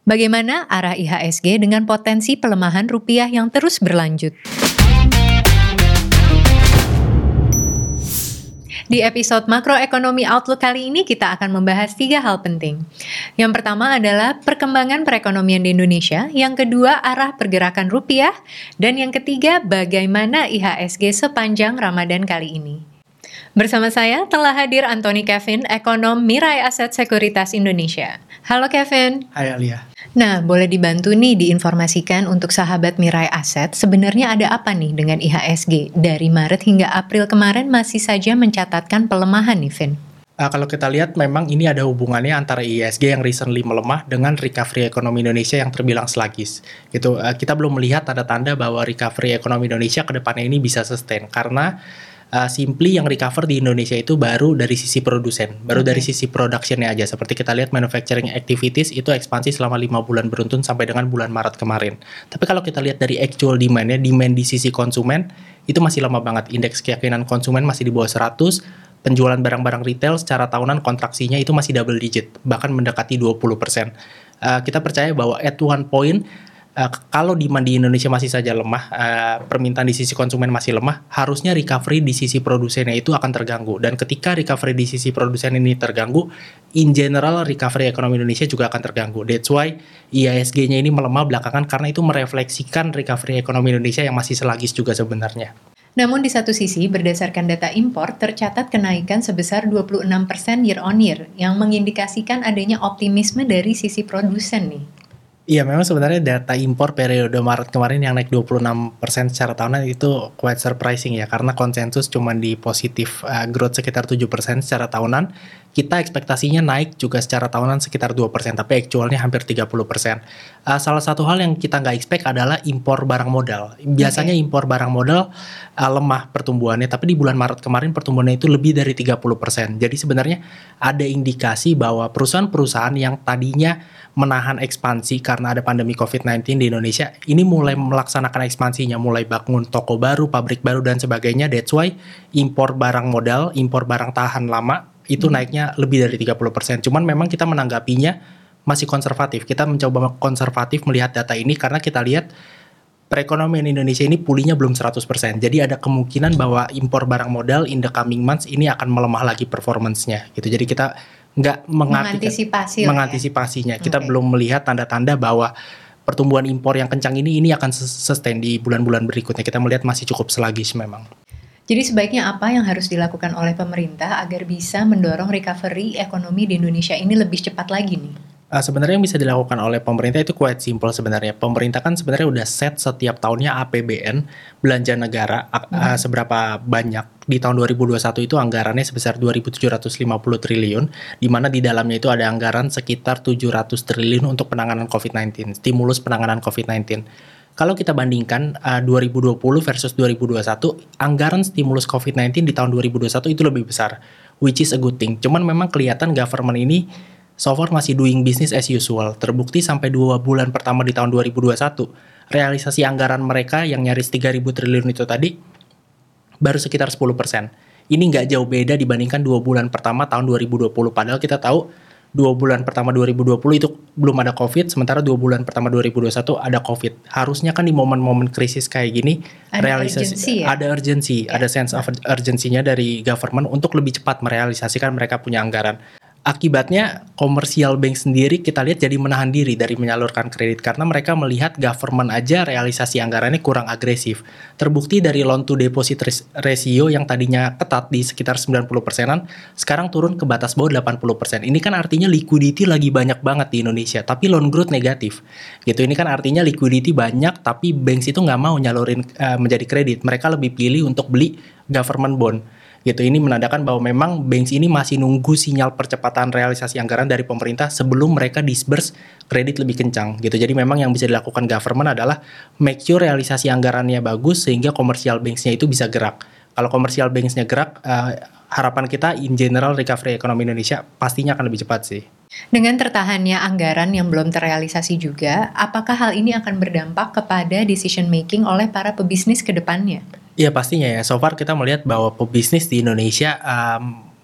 Bagaimana arah IHSG dengan potensi pelemahan rupiah yang terus berlanjut? Di episode Makroekonomi Outlook kali ini kita akan membahas 3 hal penting. Yang pertama adalah perkembangan perekonomian di Indonesia, yang kedua arah pergerakan rupiah, dan yang ketiga bagaimana IHSG sepanjang Ramadan kali ini. Bersama saya telah hadir Anthony Kevin, ekonom Mirae Asset Sekuritas Indonesia. Halo Kevin. Hai Alia. Nah, boleh dibantu nih diinformasikan untuk sahabat Mirae Asset, sebenarnya ada apa nih dengan IHSG? Dari Maret hingga April kemarin masih saja mencatatkan pelemahan nih, Vin. Kalau kita lihat memang ini ada hubungannya antara IHSG yang recently melemah dengan recovery ekonomi Indonesia yang terbilang sluggish. Gitu, kita belum melihat tanda-tanda bahwa recovery ekonomi Indonesia ke depannya ini bisa sustain karena simply yang recover di Indonesia itu baru dari sisi produsen, baru dari sisi productionnya aja. Seperti kita lihat manufacturing activities itu ekspansi selama 5 bulan beruntun sampai dengan bulan Maret kemarin. Tapi kalau kita lihat dari actual demand-nya, demand di sisi konsumen itu masih lemah banget. Indeks keyakinan konsumen masih di bawah 100, penjualan barang-barang retail secara tahunan kontraksinya itu masih double digit, bahkan mendekati 20%. Kita percaya bahwa at one point, kalau demand di Indonesia masih saja lemah, permintaan di sisi konsumen masih lemah, harusnya recovery di sisi produsennya itu akan terganggu. Dan ketika recovery di sisi produsen ini terganggu, in general recovery ekonomi Indonesia juga akan terganggu. That's why IHSG-nya ini melemah belakangan karena itu merefleksikan recovery ekonomi Indonesia yang masih sluggish juga sebenarnya. Namun di satu sisi, berdasarkan data impor, tercatat kenaikan sebesar 26% year on year, yang mengindikasikan adanya optimisme dari sisi produsen nih. Iya, memang sebenarnya data impor periode Maret kemarin yang naik 26% secara tahunan itu quite surprising ya, karena konsensus cuma di positif growth sekitar 7% secara tahunan. Kita ekspektasinya naik juga secara tahunan sekitar 2%, tapi actualnya hampir 30%. Salah satu hal yang kita nggak expect adalah impor barang modal. Biasanya impor barang modal lemah pertumbuhannya, tapi di bulan Maret kemarin pertumbuhannya itu lebih dari 30%. Jadi sebenarnya ada indikasi bahwa perusahaan-perusahaan yang tadinya menahan ekspansi karena ada pandemi COVID-19 di Indonesia, ini mulai melaksanakan ekspansinya, mulai bangun toko baru, pabrik baru, dan sebagainya. That's why impor barang modal, impor barang tahan lama, itu naiknya lebih dari 30%. Cuman memang kita menanggapinya masih konservatif. Kita mencoba konservatif melihat data ini karena kita lihat perekonomian Indonesia ini pulihnya belum 100%. Jadi ada kemungkinan bahwa impor barang modal in the coming months ini akan melemah lagi performance-nya. Gitu. Jadi kita nggak mengantisipasinya. Kita belum melihat tanda-tanda bahwa pertumbuhan impor yang kencang ini akan sustain di bulan-bulan berikutnya. Kita melihat masih cukup sluggish memang. Jadi sebaiknya apa yang harus dilakukan oleh pemerintah agar bisa mendorong recovery ekonomi di Indonesia ini lebih cepat lagi nih? Sebenarnya yang bisa dilakukan oleh pemerintah itu quite simple sebenarnya. Pemerintah kan sebenarnya udah set setiap tahunnya APBN, belanja negara, seberapa banyak. Di tahun 2021 itu anggarannya sebesar 2.750 triliun, di mana di dalamnya itu ada anggaran sekitar 700 triliun untuk penanganan COVID-19, stimulus penanganan COVID-19. Kalau kita bandingkan 2020 versus 2021, anggaran stimulus COVID-19 di tahun 2021 itu lebih besar, which is a good thing. Cuman memang kelihatan government ini so far masih doing business as usual. Terbukti sampai 2 bulan pertama di tahun 2021, realisasi anggaran mereka yang nyaris 3.000 triliun itu tadi, baru sekitar 10%. Ini nggak jauh beda dibandingkan 2 bulan pertama tahun 2020. Padahal kita tahu 2 bulan pertama 2020 itu belum ada COVID, sementara 2 bulan pertama 2021 ada COVID. Harusnya kan di momen-momen krisis kayak gini, ada urgency, ada sense of urgency-nya dari government untuk lebih cepat merealisasikan mereka punya anggaran. Akibatnya commercial bank sendiri kita lihat jadi menahan diri dari menyalurkan kredit karena mereka melihat government aja realisasi anggarannya kurang agresif. Terbukti dari loan to deposit ratio yang tadinya ketat di sekitar 90%-an, sekarang turun ke batas bawah 80%. Ini kan artinya liquidity lagi banyak banget di Indonesia, tapi loan growth negatif. Gitu, ini kan artinya liquidity banyak, tapi banks itu nggak mau nyalurin menjadi kredit. Mereka lebih pilih untuk beli government bond. Gitu, ini menandakan bahwa memang banks ini masih nunggu sinyal percepatan realisasi anggaran dari pemerintah sebelum mereka disburse kredit lebih kencang gitu. Jadi memang yang bisa dilakukan government adalah make sure realisasi anggarannya bagus sehingga commercial banks-nya itu bisa gerak. Kalau commercial banks-nya gerak, harapan kita in general recovery ekonomi Indonesia pastinya akan lebih cepat sih. Dengan tertahannya anggaran yang belum terrealisasi juga, apakah hal ini akan berdampak kepada decision making oleh para pebisnis ke depannya? Iya pastinya ya, so far kita melihat bahwa pebisnis di Indonesia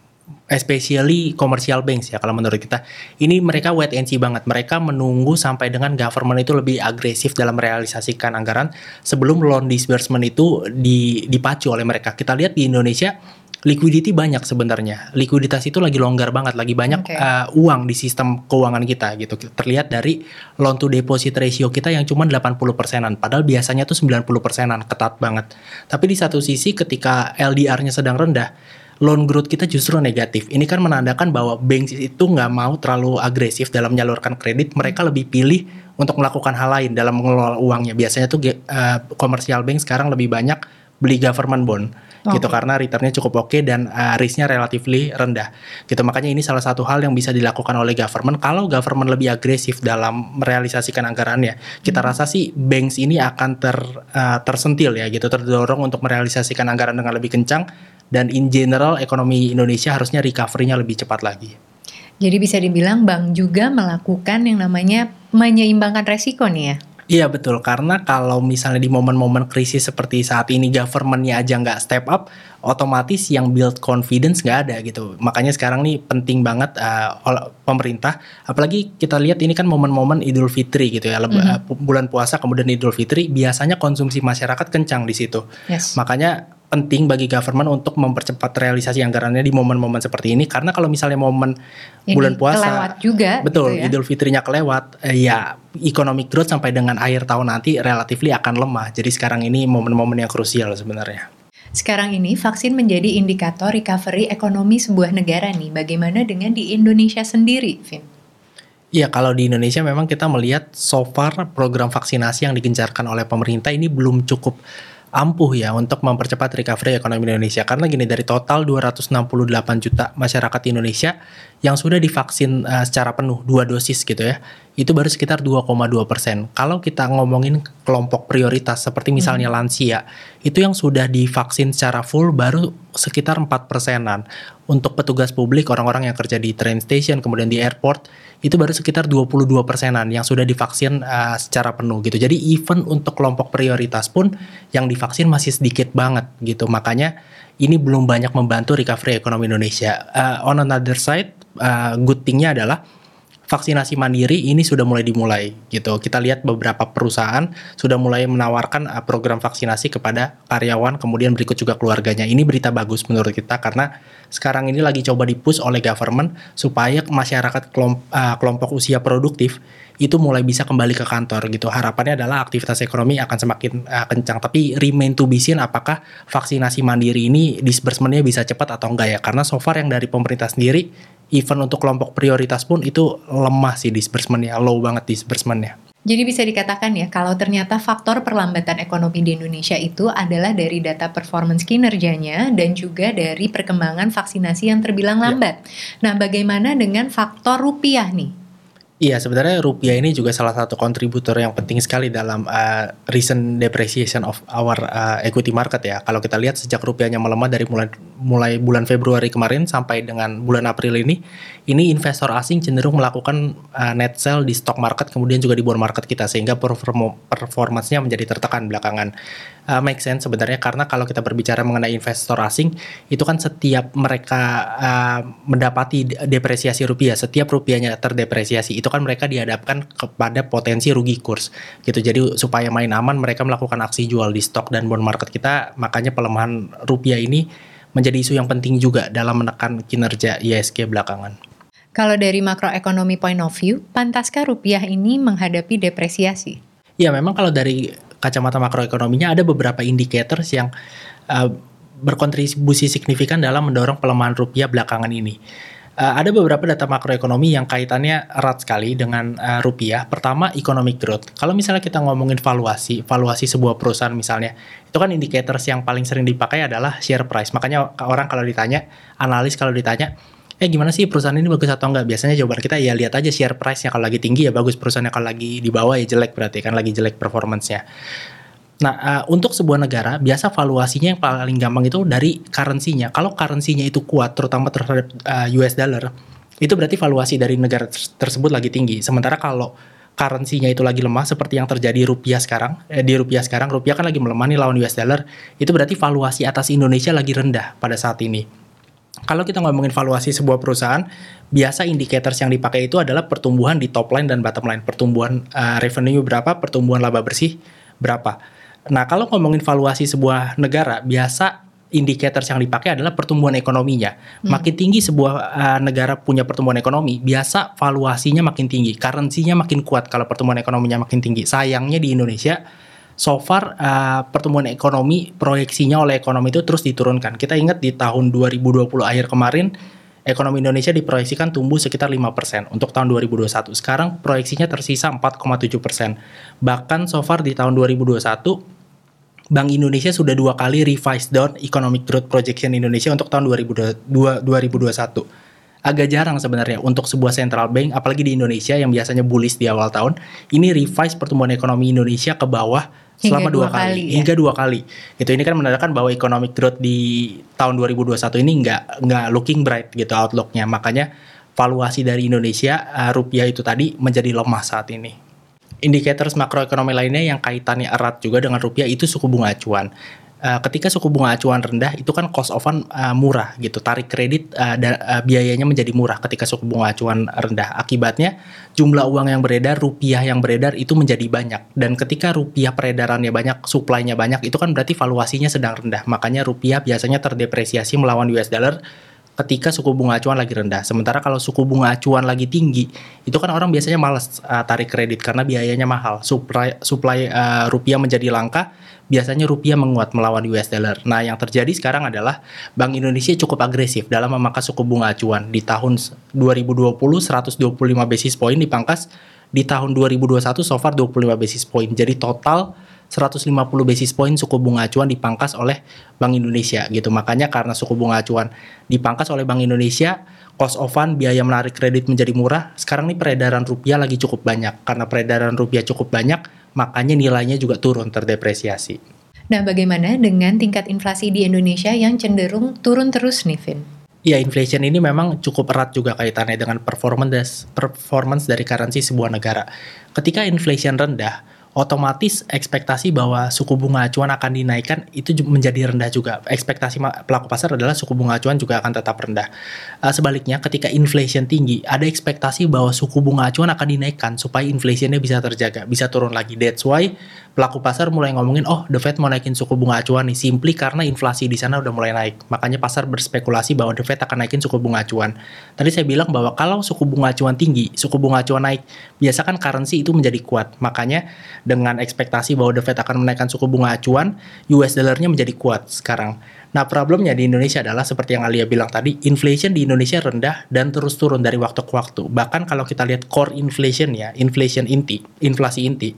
especially commercial banks ya kalau menurut kita. Ini mereka wait and see banget. Mereka menunggu sampai dengan government itu lebih agresif dalam merealisasikan anggaran sebelum loan disbursement itu dipacu oleh mereka. Kita lihat di Indonesia liquidity banyak sebenarnya. Likuiditas itu lagi longgar banget, lagi banyak uang di sistem keuangan kita gitu. Terlihat dari loan to deposit ratio kita yang cuma 80%-an, padahal biasanya tuh 90%-an, ketat banget. Tapi di satu sisi ketika LDR-nya sedang rendah, loan growth kita justru negatif. Ini kan menandakan bahwa bank itu nggak mau terlalu agresif dalam menyalurkan kredit. Mereka lebih pilih untuk melakukan hal lain dalam mengelola uangnya. Biasanya tuh commercial bank sekarang lebih banyak beli government bond gitu karena returnnya cukup oke dan risknya relatively rendah gitu. Makanya ini salah satu hal yang bisa dilakukan oleh government. Kalau government lebih agresif dalam merealisasikan anggarannya, kita rasa sih banks ini akan tersentil ya gitu, terdorong untuk merealisasikan anggaran dengan lebih kencang, dan in general ekonomi Indonesia harusnya recovery-nya lebih cepat lagi. Jadi bisa dibilang bank juga melakukan yang namanya menyeimbangkan resiko nih ya? Iya betul, karena kalau misalnya di momen-momen krisis seperti saat ini government-nya aja nggak step up, otomatis yang build confidence nggak ada gitu. Makanya sekarang nih penting banget pemerintah, apalagi kita lihat ini kan momen-momen Idul Fitri gitu ya, bulan puasa kemudian Idul Fitri, biasanya konsumsi masyarakat kencang di situ. Makanya penting bagi government untuk mempercepat realisasi anggarannya di momen-momen seperti ini, karena kalau misalnya momen ini bulan puasa kelewat juga betul gitu ya. Idul Fitrinya kelewat, ya economic growth sampai dengan akhir tahun nanti relatively akan lemah. Jadi sekarang ini momen-momen yang krusial sebenarnya. Sekarang ini vaksin menjadi indikator recovery ekonomi sebuah negara nih. Bagaimana dengan di Indonesia sendiri, Vin? Iya, kalau di Indonesia memang kita melihat so far program vaksinasi yang digencarkan oleh pemerintah ini belum cukup ampuh ya untuk mempercepat recovery ekonomi Indonesia. Karena gini, dari total 268 juta masyarakat Indonesia yang sudah divaksin secara penuh 2 dosis gitu ya, itu baru sekitar 2,2%. Kalau kita ngomongin kelompok prioritas seperti misalnya lansia, itu yang sudah divaksin secara full baru sekitar 4%-an. Untuk petugas publik, orang-orang yang kerja di train station, kemudian di airport, itu baru sekitar 22%-an yang sudah divaksin secara penuh gitu. Jadi even untuk kelompok prioritas pun yang divaksin masih sedikit banget gitu. Makanya ini belum banyak membantu recovery ekonomi Indonesia. On another side, good thing-nya adalah vaksinasi mandiri ini sudah dimulai gitu. Kita lihat beberapa perusahaan sudah mulai menawarkan program vaksinasi kepada karyawan, kemudian berikut juga keluarganya. Ini berita bagus menurut kita karena sekarang ini lagi coba dipush oleh government supaya masyarakat kelompok usia produktif itu mulai bisa kembali ke kantor gitu. Harapannya adalah aktivitas ekonomi akan semakin kencang. Tapi remain to be seen apakah vaksinasi mandiri ini disbursement-nya bisa cepat atau enggak ya. Karena so far yang dari pemerintah sendiri, even untuk kelompok prioritas pun itu lemah sih disbursement-nya, low banget disbursement-nya. Jadi bisa dikatakan ya, kalau ternyata faktor perlambatan ekonomi di Indonesia itu adalah dari data performance kinerjanya dan juga dari perkembangan vaksinasi yang terbilang lambat. Nah, bagaimana dengan faktor rupiah nih? Iya, sebenarnya rupiah ini juga salah satu kontributor yang penting sekali dalam recent depreciation of our equity market ya. Kalau kita lihat sejak rupiahnya melemah dari mulai bulan Februari kemarin sampai dengan bulan April ini investor asing cenderung melakukan net sell di stock market kemudian juga di bond market kita, sehingga performance-nya menjadi tertekan belakangan. Make sense sebenarnya, karena kalau kita berbicara mengenai investor asing, itu kan setiap mereka mendapati depresiasi rupiah, setiap rupiahnya terdepresiasi, itu kan mereka dihadapkan kepada potensi rugi kurs gitu. Jadi supaya main aman, mereka melakukan aksi jual di stok dan bond market kita. Makanya pelemahan rupiah ini menjadi isu yang penting juga dalam menekan kinerja IHSG belakangan. Kalau dari makroekonomi point of view, pantaskah rupiah ini menghadapi depresiasi? Ya, memang kalau dari kacamata makroekonominya ada beberapa indicators yang berkontribusi signifikan dalam mendorong pelemahan rupiah belakangan ini. Ada beberapa data makroekonomi yang kaitannya erat sekali dengan rupiah. Pertama, economic growth. Kalau misalnya kita ngomongin valuasi sebuah perusahaan misalnya, itu kan indicators yang paling sering dipakai adalah share price. Makanya orang kalau ditanya, analis kalau ditanya, gimana sih perusahaan ini bagus atau enggak? Biasanya jawaban kita ya lihat aja share price-nya, kalau lagi tinggi ya bagus perusahaannya, kalau lagi di bawah ya jelek, berarti kan lagi jelek performance-nya. Nah, untuk sebuah negara biasa valuasinya yang paling gampang itu dari currency-nya. Kalau currency-nya itu kuat terutama terhadap US dollar, itu berarti valuasi dari negara tersebut lagi tinggi. Sementara kalau currency-nya itu lagi lemah seperti yang terjadi rupiah sekarang, rupiah kan lagi melemah nih lawan US dollar, itu berarti valuasi atas Indonesia lagi rendah pada saat ini. Kalau kita ngomongin valuasi sebuah perusahaan, biasa indicators yang dipakai itu adalah pertumbuhan di top line dan bottom line. Pertumbuhan revenue berapa, pertumbuhan laba bersih berapa. Nah, kalau ngomongin valuasi sebuah negara, biasa indicators yang dipakai adalah pertumbuhan ekonominya. Makin tinggi sebuah negara punya pertumbuhan ekonomi, biasa valuasinya makin tinggi, currency-nya makin kuat kalau pertumbuhan ekonominya makin tinggi. Sayangnya di Indonesia, so far pertumbuhan ekonomi, proyeksinya oleh ekonomi itu terus diturunkan. Kita ingat di tahun 2020 akhir kemarin, ekonomi Indonesia diproyeksikan tumbuh sekitar 5% untuk tahun 2021. Sekarang proyeksinya tersisa 4,7%. Bahkan so far di tahun 2021, Bank Indonesia sudah 2 kali revise down economic growth projection Indonesia untuk tahun 2021. Agak jarang sebenarnya untuk sebuah central bank, apalagi di Indonesia yang biasanya bullish di awal tahun, ini revise pertumbuhan ekonomi Indonesia ke bawah selama dua kali. Hingga 2 kali. Itu ini kan menandakan bahwa economic growth di tahun 2021 ini nggak looking bright gitu outlooknya. Makanya valuasi dari Indonesia, rupiah itu tadi menjadi lemah saat ini. Indicators makroekonomi lainnya yang kaitannya erat juga dengan rupiah itu suku bunga acuan. Ketika suku bunga acuan rendah, itu kan cost of fund murah gitu. Tarik kredit biayanya menjadi murah ketika suku bunga acuan rendah. Akibatnya jumlah uang yang beredar, rupiah yang beredar itu menjadi banyak. Dan ketika rupiah peredarannya banyak, supply-nya banyak, itu kan berarti valuasinya sedang rendah. Makanya rupiah biasanya terdepresiasi melawan US dollar ketika suku bunga acuan lagi rendah. Sementara kalau suku bunga acuan lagi tinggi, itu kan orang biasanya malas tarik kredit karena biayanya mahal. Supply rupiah menjadi langka, biasanya rupiah menguat melawan US dollar. Nah, yang terjadi sekarang adalah Bank Indonesia cukup agresif dalam memangkas suku bunga acuan. Di tahun 2020 125 basis point dipangkas, di tahun 2021 so far 25 basis point. Jadi total 150 basis point suku bunga acuan dipangkas oleh Bank Indonesia gitu. Makanya karena suku bunga acuan dipangkas oleh Bank Indonesia, cost of fund, biaya menarik kredit menjadi murah. Sekarang nih peredaran rupiah lagi cukup banyak. Karena peredaran rupiah cukup banyak, makanya nilainya juga turun, terdepresiasi. Nah, bagaimana dengan tingkat inflasi di Indonesia yang cenderung turun terus nih, Vin? Ya, inflation ini memang cukup erat juga kaitannya dengan performance dari currency sebuah negara. Ketika inflation rendah, otomatis ekspektasi bahwa suku bunga acuan akan dinaikkan itu menjadi rendah juga. Ekspektasi pelaku pasar adalah suku bunga acuan juga akan tetap rendah. Sebaliknya, ketika inflation tinggi, ada ekspektasi bahwa suku bunga acuan akan dinaikkan supaya inflationnya bisa terjaga, bisa turun lagi. That's why pelaku pasar mulai ngomongin, oh The Fed mau naikin suku bunga acuan nih, simply karena inflasi di sana udah mulai naik. Makanya pasar berspekulasi bahwa The Fed akan naikin suku bunga acuan. Tadi saya bilang bahwa kalau suku bunga acuan tinggi, suku bunga acuan naik, biasa kan currency itu menjadi kuat. Makanya dengan ekspektasi bahwa The Fed akan menaikkan suku bunga acuan, US dollar-nya menjadi kuat sekarang. Nah, problemnya di Indonesia adalah seperti yang Alia bilang tadi, inflation di Indonesia rendah dan terus turun dari waktu ke waktu. Bahkan kalau kita lihat core inflation ya, inflasi inti,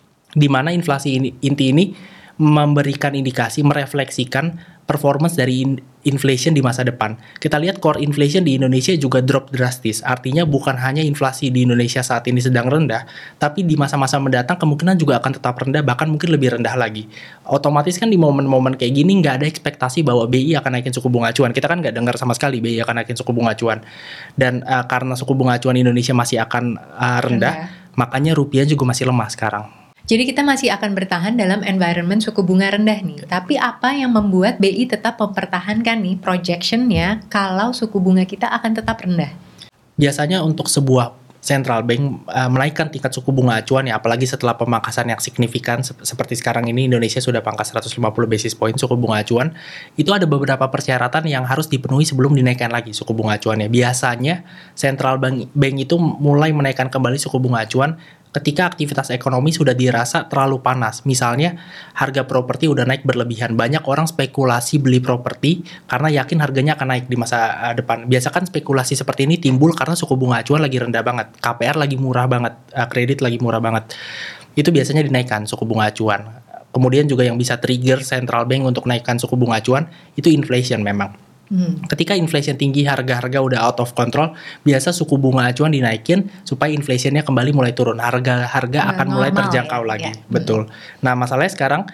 di mana inflasi inti ini memberikan indikasi, merefleksikan performance dari inflation di masa depan. Kita lihat core inflation di Indonesia juga drop drastis. Artinya bukan hanya inflasi di Indonesia saat ini sedang rendah, tapi di masa-masa mendatang kemungkinan juga akan tetap rendah, bahkan mungkin lebih rendah lagi. Otomatis kan di momen-momen kayak gini nggak ada ekspektasi bahwa BI akan naikin suku bunga acuan. Kita kan nggak dengar sama sekali BI akan naikin suku bunga acuan. Dan karena suku bunga acuan Indonesia masih akan rendah, makanya rupiah juga masih lemah sekarang. Jadi kita masih akan bertahan dalam environment suku bunga rendah nih. Tapi apa yang membuat BI tetap mempertahankan nih projectionnya kalau suku bunga kita akan tetap rendah? Biasanya untuk sebuah central bank menaikkan tingkat suku bunga acuan ya, apalagi setelah pemangkasan yang signifikan seperti sekarang ini Indonesia sudah pangkas 150 basis point suku bunga acuan, itu ada beberapa persyaratan yang harus dipenuhi sebelum dinaikkan lagi suku bunga acuannya. Biasanya central bank itu mulai menaikkan kembali suku bunga acuan ketika aktivitas ekonomi sudah dirasa terlalu panas. Misalnya harga properti udah naik berlebihan. Banyak orang spekulasi beli properti karena yakin harganya akan naik di masa depan. Biasa kan spekulasi seperti ini timbul karena suku bunga acuan lagi rendah banget. KPR lagi murah banget. Kredit lagi murah banget. Itu biasanya dinaikkan suku bunga acuan. Kemudian juga yang bisa trigger central bank untuk naikkan suku bunga acuan itu inflation memang. Ketika inflation tinggi, harga-harga udah out of control, biasa suku bunga acuan dinaikin supaya inflationnya kembali mulai turun. Harga-harga akan mulai terjangkau lagi. Ya. Betul. Nah, masalahnya sekarang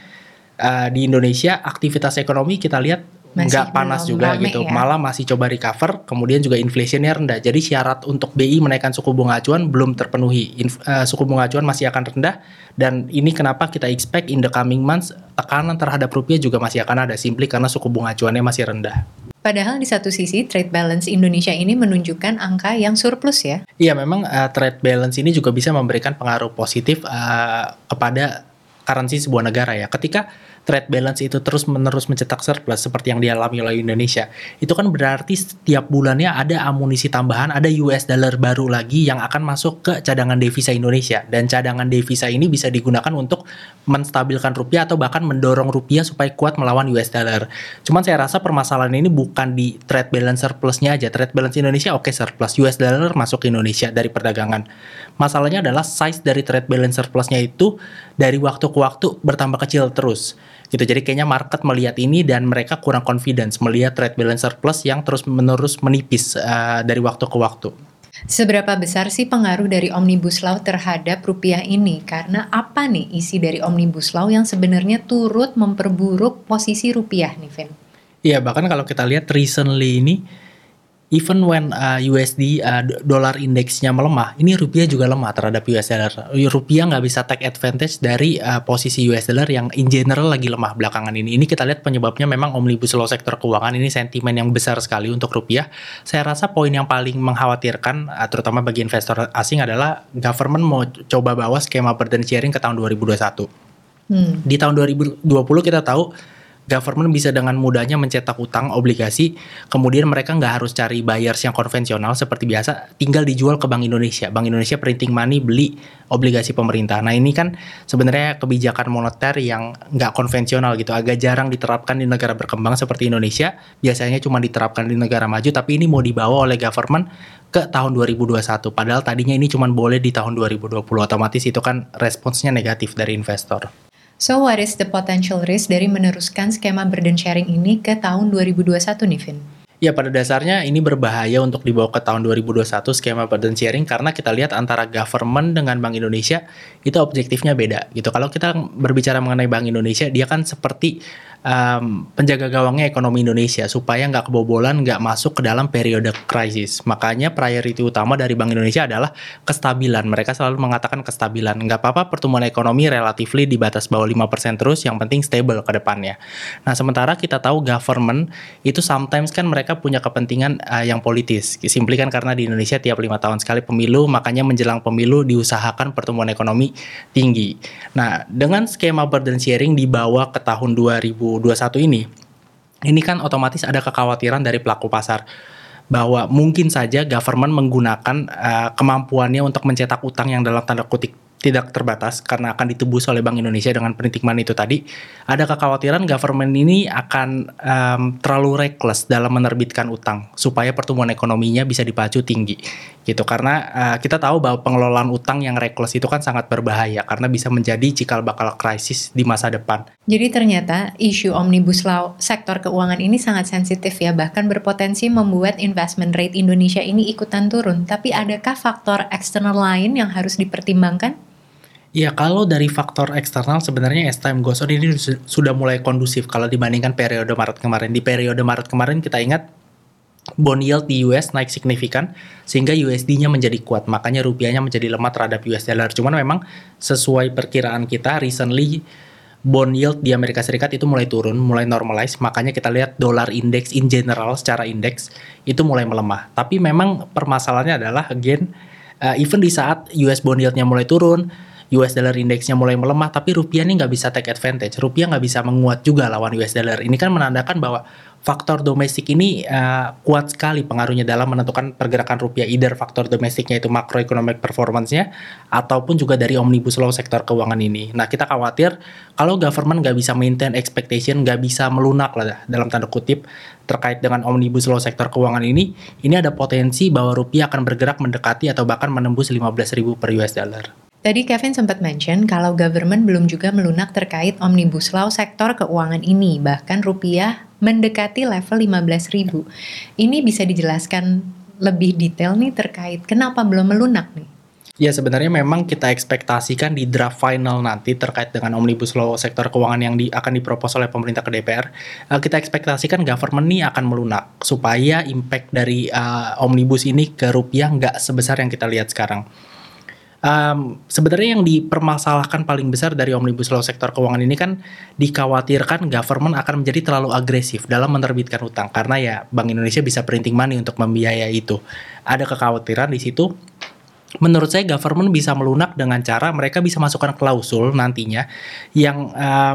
di Indonesia aktivitas ekonomi kita lihat nggak panas juga gitu. Ya. Malah masih coba recover, kemudian juga inflationnya rendah. Jadi syarat untuk BI menaikkan suku bunga acuan belum terpenuhi. Suku bunga acuan masih akan rendah, dan ini kenapa kita expect in the coming months tekanan terhadap rupiah juga masih akan ada, simply karena suku bunga acuannya masih rendah. Padahal di satu sisi trade balance Indonesia ini menunjukkan angka yang surplus ya. Iya, memang trade balance ini juga bisa memberikan pengaruh positif kepada currency sebuah negara ya. Ketika trade balance itu terus-menerus mencetak surplus seperti yang dialami oleh Indonesia, itu kan berarti setiap bulannya ada amunisi tambahan, ada US dollar baru lagi yang akan masuk ke cadangan devisa Indonesia. Dan cadangan devisa ini bisa digunakan untuk menstabilkan rupiah atau bahkan mendorong rupiah supaya kuat melawan US dollar. Cuman saya rasa permasalahan ini bukan di trade balance surplusnya aja. Trade balance Indonesia oke surplus, US dollar masuk ke Indonesia dari perdagangan. Masalahnya adalah size dari trade balance surplusnya itu dari waktu ke waktu bertambah kecil terus. Gitu. Jadi kayaknya market melihat ini dan mereka kurang confidence melihat trade balance surplus yang terus-menerus menipis dari waktu ke waktu. Seberapa besar sih pengaruh dari Omnibus Law terhadap rupiah ini? Karena apa nih isi dari Omnibus Law yang sebenarnya turut memperburuk posisi rupiah nih, Vin? Iya, bahkan kalau kita lihat recently ini, even when USD dollar indeksnya melemah, ini rupiah juga lemah terhadap US dollar. Rupiah nggak bisa take advantage dari posisi US dollar yang in general lagi lemah belakangan ini. Ini kita lihat penyebabnya memang Omnibus Law sektor keuangan ini sentimen yang besar sekali untuk rupiah. Saya rasa poin yang paling mengkhawatirkan, terutama bagi investor asing adalah government mau coba bawa skema burden sharing ke tahun 2021. Di tahun 2020 kita tahu government bisa dengan mudahnya mencetak utang obligasi, kemudian mereka nggak harus cari buyers yang konvensional seperti biasa, tinggal dijual ke Bank Indonesia. Bank Indonesia printing money, beli obligasi pemerintah. Nah ini kan sebenarnya kebijakan moneter yang nggak konvensional gitu, agak jarang diterapkan di negara berkembang seperti Indonesia, biasanya cuma diterapkan di negara maju, tapi ini mau dibawa oleh government ke tahun 2021, padahal tadinya ini cuma boleh di tahun 2020, otomatis itu kan responsnya negatif dari investor. So what is the potential risk dari meneruskan skema burden sharing ini ke tahun 2021 nih, Vin? Ya pada dasarnya ini berbahaya untuk dibawa ke tahun 2021 skema burden sharing karena kita lihat antara government dengan Bank Indonesia itu objektifnya beda gitu. Kalau kita berbicara mengenai Bank Indonesia, dia kan seperti penjaga gawangnya ekonomi Indonesia supaya nggak kebobolan, nggak masuk ke dalam periode krisis. Makanya priority utama dari Bank Indonesia adalah kestabilan. Mereka selalu mengatakan kestabilan. Nggak apa-apa pertumbuhan ekonomi relatifly di batas bawah 5% terus, yang penting stable ke depannya. Nah sementara kita tahu government itu sometimes kan mereka punya kepentingan yang politis. Simply kan karena di Indonesia tiap 5 tahun sekali pemilu, makanya menjelang pemilu diusahakan pertumbuhan ekonomi tinggi. Nah dengan skema burden sharing dibawa ke tahun 2021 ini kan otomatis ada kekhawatiran dari pelaku pasar bahwa mungkin saja government menggunakan kemampuannya untuk mencetak utang yang dalam tanda kutip tidak terbatas karena akan ditebus oleh Bank Indonesia dengan printing money itu tadi. Ada kekhawatiran government ini akan terlalu reckless dalam menerbitkan utang supaya pertumbuhan ekonominya bisa dipacu tinggi gitu. Karena kita tahu bahwa pengelolaan utang yang reckless itu kan sangat berbahaya karena bisa menjadi cikal bakal krisis di masa depan. Jadi ternyata isu Omnibus Law sektor keuangan ini sangat sensitif ya, bahkan berpotensi membuat investment rate Indonesia ini ikutan turun. Tapi adakah faktor eksternal lain yang harus dipertimbangkan? Ya kalau dari faktor eksternal sebenarnya as time goes on ini sudah mulai kondusif kalau dibandingkan periode Maret kemarin. Di periode Maret kemarin kita ingat bond yield di US naik signifikan sehingga USD-nya menjadi kuat, makanya rupiahnya menjadi lemah terhadap US dollar. Cuman memang sesuai perkiraan kita recently bond yield di Amerika Serikat itu mulai turun, mulai normalize, makanya kita lihat dollar index in general secara indeks itu mulai melemah. Tapi memang permasalahannya adalah again even di saat US bond yield-nya mulai turun, US dollar indeksnya mulai melemah, tapi rupiah ini nggak bisa take advantage. Rupiah nggak bisa menguat juga lawan US dollar. Ini kan menandakan bahwa faktor domestik ini kuat sekali pengaruhnya dalam menentukan pergerakan rupiah. Either faktor domestiknya itu macroeconomic performance-nya, ataupun juga dari Omnibus Law sektor keuangan ini. Nah kita khawatir kalau government nggak bisa maintain expectation, nggak bisa melunak lah dalam tanda kutip terkait dengan Omnibus Law sektor keuangan ini ada potensi bahwa rupiah akan bergerak mendekati atau bahkan menembus 15.000 per US dollar. Tadi Kevin sempat mention kalau government belum juga melunak terkait Omnibus Law sektor keuangan ini, bahkan rupiah mendekati level 15.000. Ini bisa dijelaskan lebih detail nih terkait kenapa belum melunak nih? Ya sebenarnya memang kita ekspektasikan di draft final nanti terkait dengan Omnibus Law sektor keuangan yang akan dipropos oleh pemerintah ke DPR, kita ekspektasikan government ini akan melunak supaya impact dari Omnibus ini ke rupiah nggak sebesar yang kita lihat sekarang. Sebenarnya yang dipermasalahkan paling besar dari Omnibus Law sektor keuangan ini kan dikhawatirkan government akan menjadi terlalu agresif dalam menerbitkan utang karena ya Bank Indonesia bisa printing money untuk membiayai itu. Ada kekhawatiran di situ. Menurut saya government bisa melunak dengan cara mereka bisa masukkan klausul nantinya yang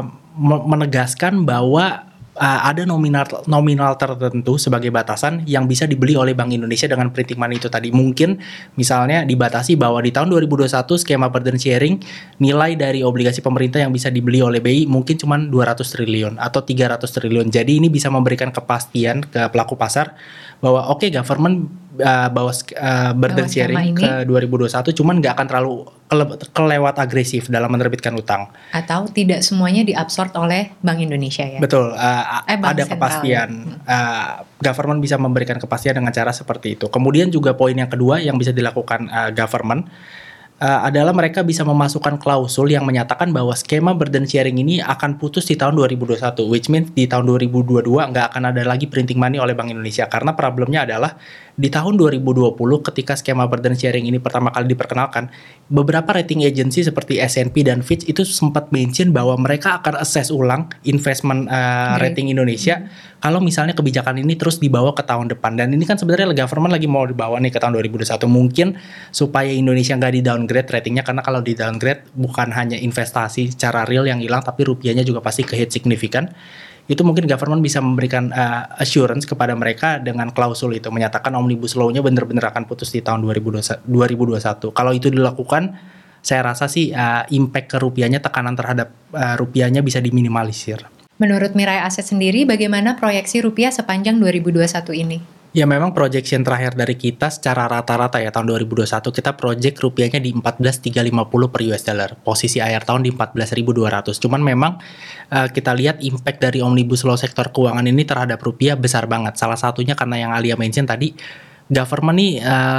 menegaskan bahwa ada nominal tertentu sebagai batasan yang bisa dibeli oleh Bank Indonesia dengan printing money itu tadi. Mungkin misalnya dibatasi bahwa di tahun 2021 skema burden sharing nilai dari obligasi pemerintah yang bisa dibeli oleh BI mungkin cuma 200 triliun atau 300 triliun. Jadi ini bisa memberikan kepastian ke pelaku pasar bahwa oke, government bawa burden sharing ke 2021 cuman nggak akan terlalu kelewat agresif dalam menerbitkan utang. Atau tidak semuanya diabsorb oleh Bank Indonesia ya? Betul, Bank ada Sentral. kepastian. Government bisa memberikan kepastian dengan cara seperti itu. Kemudian juga poin yang kedua yang bisa dilakukan government adalah mereka bisa memasukkan klausul yang menyatakan bahwa skema burden sharing ini akan putus di tahun 2021, which means di tahun 2022 nggak akan ada lagi printing money oleh Bank Indonesia. Karena problemnya adalah di tahun 2020 ketika skema burden sharing ini pertama kali diperkenalkan, beberapa rating agency seperti S&P dan Fitch itu sempat mention bahwa mereka akan assess ulang investment rating Indonesia kalau misalnya kebijakan ini terus dibawa ke tahun depan. Dan ini kan sebenarnya government lagi mau dibawa nih ke tahun 2021 mungkin supaya Indonesia nggak di downgrade ratingnya, karena kalau di downgrade bukan hanya investasi secara real yang hilang tapi rupiahnya juga pasti ke-hit signifikan. Itu mungkin government bisa memberikan assurance kepada mereka dengan klausul itu, menyatakan Omnibus Law-nya benar-benar akan putus di tahun 2021. Kalau itu dilakukan, saya rasa sih impact ke rupiahnya, tekanan terhadap rupiahnya bisa diminimalisir. Menurut Mirai Asset sendiri, bagaimana proyeksi rupiah sepanjang 2021 ini? Ya memang projection terakhir dari kita secara rata-rata ya tahun 2021 kita project rupiahnya di 14.350 per US dollar. Posisi akhir tahun di 14.200. Cuman memang kita lihat impact dari Omnibus Law sektor keuangan ini terhadap rupiah besar banget. Salah satunya karena yang Alia mention tadi, government nih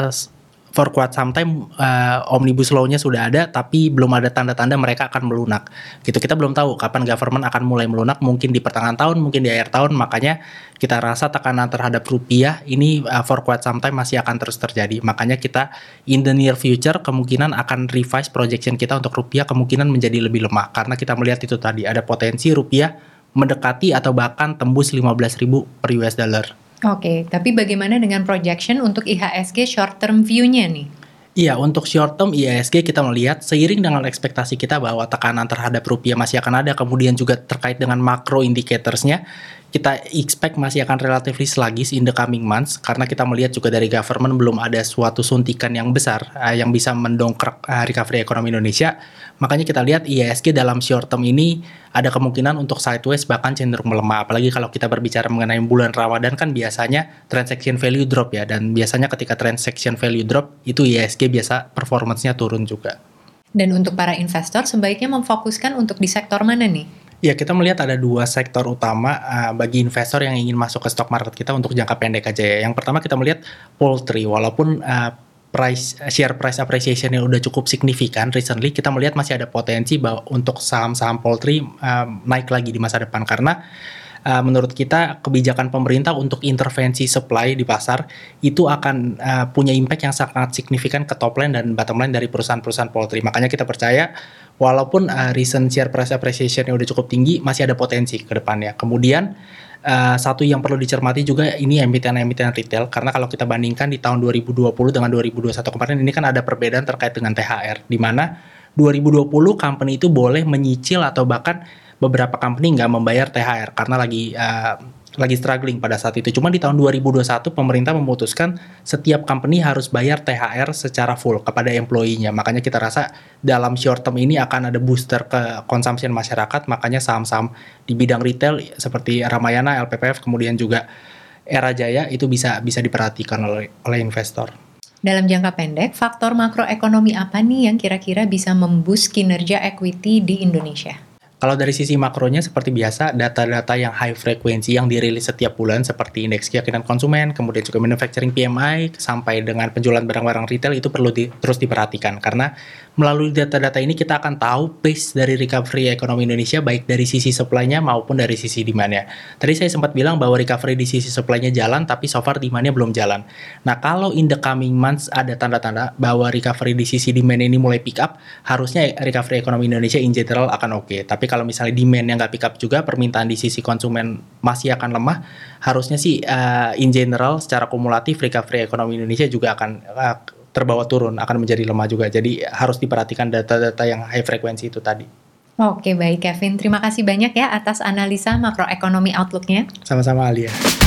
for quite some time Omnibus Law-nya sudah ada tapi belum ada tanda-tanda mereka akan melunak. Gitu, kita belum tahu kapan government akan mulai melunak, mungkin di pertengahan tahun, mungkin di akhir tahun. Makanya kita rasa tekanan terhadap rupiah ini for quite some time masih akan terus terjadi. Makanya kita in the near future kemungkinan akan revise projection kita untuk rupiah kemungkinan menjadi lebih lemah karena kita melihat itu tadi ada potensi rupiah mendekati atau bahkan tembus 15.000 per US dollar. Oke, tapi bagaimana dengan projection untuk IHSG short term view-nya nih? Iya, untuk short term IHSG kita melihat seiring dengan ekspektasi kita bahwa tekanan terhadap rupiah masih akan ada, kemudian juga terkait dengan makro indicators-nya, kita expect masih akan relatively sluggish in the coming months karena kita melihat juga dari government belum ada suatu suntikan yang besar yang bisa mendongkrak recovery ekonomi Indonesia. Makanya kita lihat IHSG dalam short term ini ada kemungkinan untuk sideways bahkan cenderung melemah. Apalagi kalau kita berbicara mengenai bulan Ramadan kan biasanya transaction value drop ya, dan biasanya ketika transaction value drop itu IHSG biasa performance-nya turun juga. Dan untuk para investor sebaiknya memfokuskan untuk di sektor mana nih? Ya, kita melihat ada dua sektor utama bagi investor yang ingin masuk ke stock market kita untuk jangka pendek aja ya. Yang pertama kita melihat poultry, walaupun share price appreciation yang udah cukup signifikan recently, kita melihat masih ada potensi bahwa untuk saham-saham poultry naik lagi di masa depan karena menurut kita kebijakan pemerintah untuk intervensi supply di pasar itu akan punya impact yang sangat signifikan ke top line dan bottom line dari perusahaan-perusahaan poultry. Makanya kita percaya walaupun recent share price appreciation yang udah cukup tinggi, masih ada potensi ke depannya. Kemudian satu yang perlu dicermati juga ini emiten-emiten retail, karena kalau kita bandingkan di tahun 2020 dengan 2021 kemarin ini kan ada perbedaan terkait dengan THR, di mana 2020 company itu boleh menyicil atau bahkan beberapa company nggak membayar THR karena lagi struggling pada saat itu. Cuma di tahun 2021 pemerintah memutuskan setiap company harus bayar THR secara full kepada employee-nya. Makanya kita rasa dalam short term ini akan ada booster ke consumption masyarakat. Makanya saham-saham di bidang retail seperti Ramayana, LPPF, kemudian juga Era Jaya itu bisa diperhatikan oleh investor. Dalam jangka pendek, faktor makroekonomi apa nih yang kira-kira bisa memboost kinerja equity di Indonesia? Kalau dari sisi makronya seperti biasa, data-data yang high frekuensi yang dirilis setiap bulan seperti indeks keyakinan konsumen, kemudian juga manufacturing PMI, sampai dengan penjualan barang-barang retail itu perlu terus diperhatikan. Karena Melalui data-data ini kita akan tahu pace dari recovery ekonomi Indonesia baik dari sisi supply-nya maupun dari sisi demand-nya. Tadi saya sempat bilang bahwa recovery di sisi supply-nya jalan, tapi so far demand-nya belum jalan. Nah, kalau in the coming months ada tanda-tanda bahwa recovery di sisi demand ini mulai pick up, harusnya recovery ekonomi Indonesia in general akan oke. Tapi kalau misalnya demand yang nggak pick up juga, permintaan di sisi konsumen masih akan lemah, harusnya sih in general secara kumulatif recovery ekonomi Indonesia juga akan terbawa turun, akan menjadi lemah juga. Jadi harus diperhatikan data-data yang high frekuensi itu tadi. Oke, baik Kevin. Terima kasih banyak ya atas analisa makroekonomi outlook-nya. Sama-sama Alia.